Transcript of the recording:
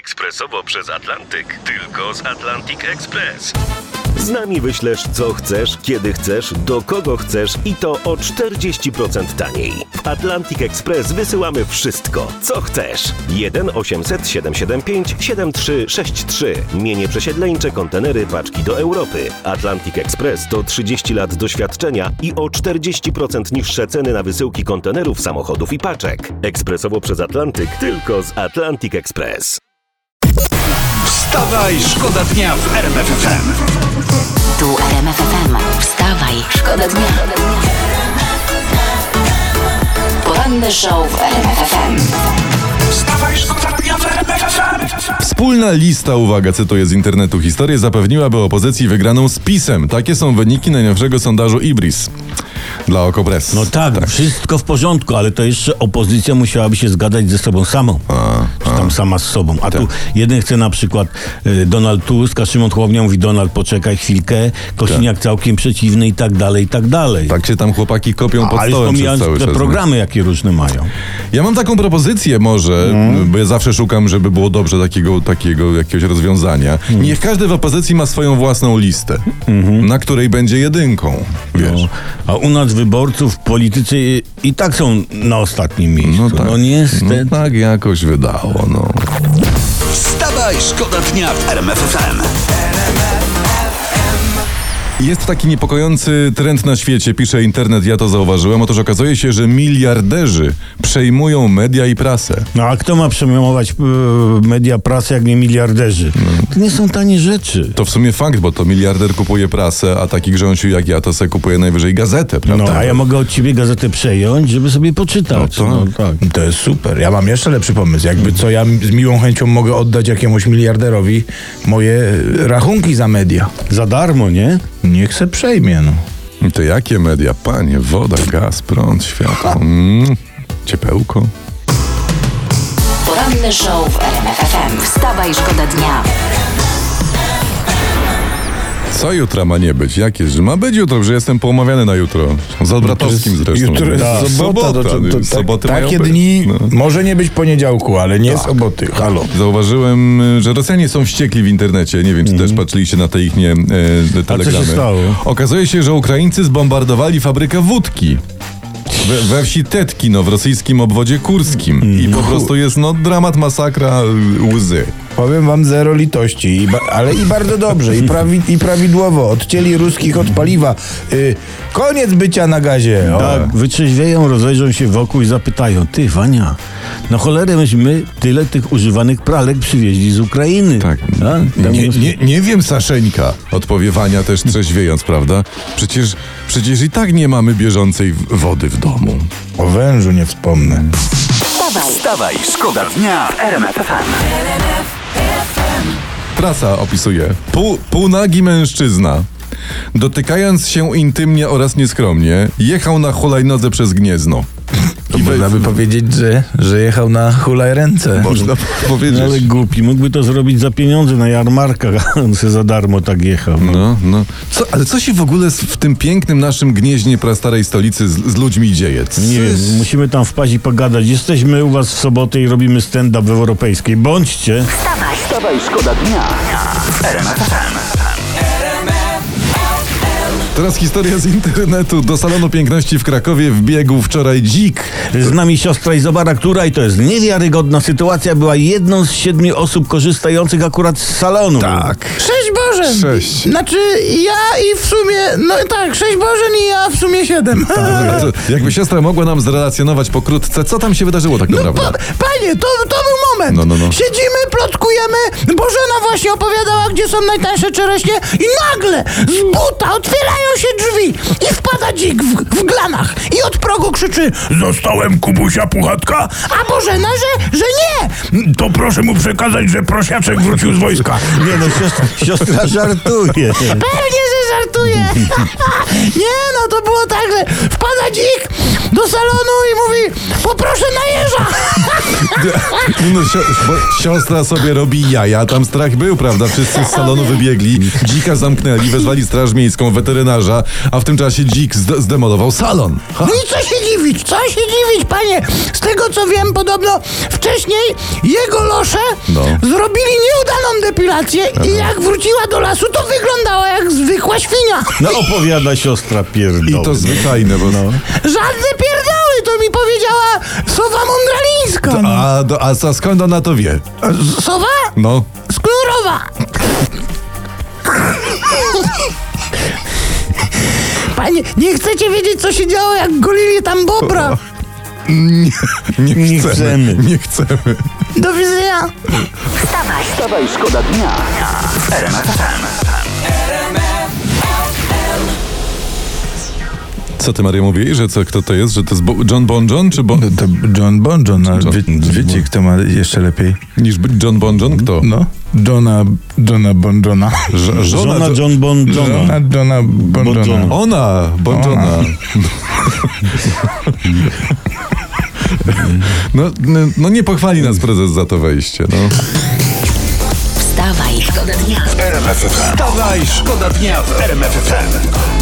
ekspresowo przez Atlantyk. Tylko z Atlantic Express. Z nami wyślesz co chcesz, kiedy chcesz, do kogo chcesz i to o 40% taniej. W Atlantic Express wysyłamy wszystko, co chcesz. 1 800 775 7363. Mienie przesiedleńcze, kontenery, paczki do Europy. Atlantic Express to 30 lat doświadczenia i o 40% niższe ceny na wysyłki kontenerów, samochodów i paczek. Ekspresowo przez Atlantyk, tylko z Atlantic Express. Wstawaj, szkoda dnia w RMF FM. Tu RMF FM. Wstawaj, szkoda dnia. Poranny show w RMF FM. Wstawaj, szkoda dnia w RMF FM. Wspólna lista, uwaga, cytuję z internetu, historię zapewniłaby opozycji wygraną z PiS-em. Takie są wyniki najnowszego sondażu Ibris dla Okopres. No tak, wszystko w porządku, ale to jeszcze opozycja musiałaby się zgadać ze sobą samą. Czy tam sama z sobą. A tu jeden chce na przykład Donald Tusk, a Szymon Hołownia mówi: Donald, poczekaj chwilkę, Kosiniak całkiem przeciwny i tak dalej, i tak dalej. Tak się tam chłopaki kopią pod ale stołem przez cały te czas. programy, jakie różne mają. Ja mam taką propozycję może, bo ja zawsze szukam, żeby było dobrze takiego jakiegoś rozwiązania. Niech każdy w opozycji ma swoją własną listę, na której będzie jedynką, wiesz. No, a u nas wyborców, politycy i tak są na ostatnim miejscu. No niestety. No tak jakoś wydało, no. Wstawaj, szkoda dnia w RMF FM. Jest taki niepokojący trend na świecie, pisze internet, ja to zauważyłem. Otóż okazuje się, że miliarderzy przejmują media i prasę. No a kto ma przejmować media, prasę, jak nie miliarderzy? To nie są tanie rzeczy. To w sumie fakt, bo to miliarder kupuje prasę, a taki grząsiu jak ja to se kupuje najwyżej gazetę, prawda? No, a ja mogę od ciebie gazetę przejąć, żeby sobie poczytać. No tak. To jest super. Ja mam jeszcze lepszy pomysł. Jakby co, ja z miłą chęcią mogę oddać jakiemuś miliarderowi moje rachunki za media. Za darmo, nie? Niech se przejmie, no. To jakie media, panie? Woda, gaz, prąd, światło, ciepełko. Poranny show w RMF FM. Wstawaj, szkoda dnia. Co jutra ma nie być? Jak jest? Że ma być jutro, że jestem poumawiany na jutro. Z Olbratowskim zresztą. Jutro jest sobota. Soboty takie mają być. dni, No. może nie być poniedziałku, ale nie soboty. Halo. Zauważyłem, że Rosjanie są wściekli w internecie. Nie wiem, czy też patrzyliście na te ich telegramy. A co się stało? Okazuje się, że Ukraińcy zbombardowali fabrykę wódki. We wsi Tetkino w rosyjskim obwodzie kurskim. I po prostu jest dramat, masakra, łzy. Powiem wam, zero litości, ale i bardzo dobrze, i prawidłowo. Odcięli ruskich od paliwa. Koniec bycia na gazie. O. Tak, wytrzeźwieją, rozejrzą się wokół i zapytają: ty, Wania, no cholerę myśmy tyle tych używanych pralek przywieźli z Ukrainy. Tak. Nie wiem, Saszeńka, odpowie Wania też trzeźwiejąc, prawda? Przecież i tak nie mamy bieżącej wody w domu. O wężu nie wspomnę. Wstawaj, szkoda dnia w RMF FM. Prasa opisuje. Półnagi mężczyzna, dotykając się intymnie oraz nieskromnie, jechał na hulajnodze przez Gniezno. To można by powiedzieć, że jechał na hulaj ręce. Można powiedzieć. No, ale głupi, mógłby to zrobić za pieniądze na jarmarkach, a on se za darmo tak jechał. No. Ale co się w ogóle w tym pięknym naszym Gnieźnie, prastarej stolicy z ludźmi dzieje? Nie wiem, musimy tam wpaść i pogadać. Jesteśmy u was w sobotę i robimy stand-up w Europejskiej. Bądźcie. Wstawaj, szkoda dnia w RMF FM. Teraz historia z internetu. Do salonu piękności w Krakowie wbiegł wczoraj dzik. Z nami siostra Izobara, która, i to jest niewiarygodna sytuacja, była jedną z 7 osób korzystających akurat z salonu. Tak. 6 Bożen! 6. Znaczy ja i w sumie, 6 Bożen i ja w sumie 7. Jakby siostra mogła nam zrelacjonować pokrótce, co tam się wydarzyło tak naprawdę? Panie, to był moment. No. Siedzimy, plotkujemy, Bożena właśnie opowiadała, gdzie są najtańsze czereśnie i nagle z buta otwierają się drzwi i wpada dzik w glanach i od progu krzyczy: zostałem Kubusia Puchatka, a Bożena, że nie. To proszę mu przekazać, że prosiaczek wrócił z wojska. Nie no, siostra żartuje. Pewnie, że żartuje. Nie, to było tak, że wpada dzik do salonu i mówi: poproszę na jeża. No, bo siostra sobie robi jaja, tam strach był, prawda? Wszyscy z salonu wybiegli, dzika zamknęli, wezwali straż miejską, weterynarza, a w tym czasie dzik zdemolował salon. Ha. No i co się dziwić, panie? Z tego co wiem, podobno wcześniej jego losze zrobili nieudaną depilację i jak wróciła do lasu, to wyglądała jak zwykła świnia. No opowiada siostra pierdoły. I to zwyczajne, bo Żadne pierdoły, to mi powiedziała sowa mądralińska. No. A skąd ona to wie? Sowa? No. Z Knurowa. Panie, nie chcecie wiedzieć, co się działo, jak golili tam bobra? Nie chcemy. Do widzenia. Wstawaj, szkoda dnia w RMF FM. Co ty, Maria, mówisz, że kto to jest? Że to jest John Bon John, czy To John Bon John, a wiecie, kto ma jeszcze lepiej? niż John Bon John? Kto? No, Johna Bon Johna. Żona John Bon Johna. Johna Bon Johna. Ona, Bon Johna. No nie pochwali nas prezes za to wejście, no. Wstawaj, szkoda dnia. Wstawaj, szkoda dnia w RMF FM.